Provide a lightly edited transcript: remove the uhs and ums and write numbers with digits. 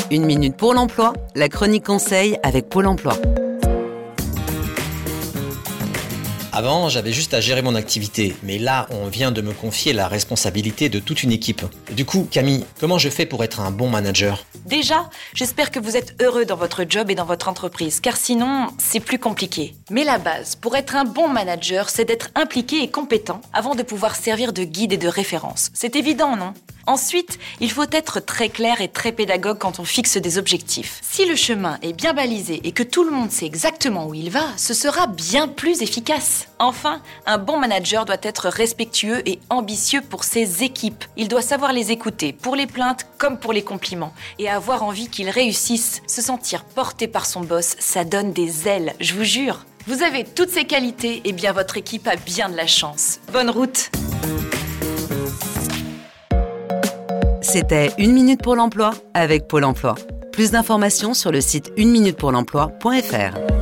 Une minute pour l'emploi, la chronique conseil avec Pôle emploi. Avant, j'avais juste à gérer mon activité, mais là, on vient de me confier la responsabilité de toute une équipe. Du coup, Camille, comment je fais pour être un bon manager ? Déjà, j'espère que vous êtes heureux dans votre job et dans votre entreprise, car sinon, c'est plus compliqué. Mais la base, pour être un bon manager, c'est d'être impliqué et compétent avant de pouvoir servir de guide et de référence. C'est évident, non ? Ensuite, il faut être très clair et très pédagogue quand on fixe des objectifs. Si le chemin est bien balisé et que tout le monde sait exactement où il va, ce sera bien plus efficace. Enfin, un bon manager doit être respectueux et ambitieux pour ses équipes. Il doit savoir les écouter, pour les plaintes comme pour les compliments, et avoir envie qu'ils réussissent. Se sentir porté par son boss, ça donne des ailes, je vous jure. Vous avez toutes ces qualités, et bien votre équipe a bien de la chance. Bonne route! C'était Une minute pour l'emploi avec Pôle emploi. Plus d'informations sur le site uneminutepourlemploi.fr.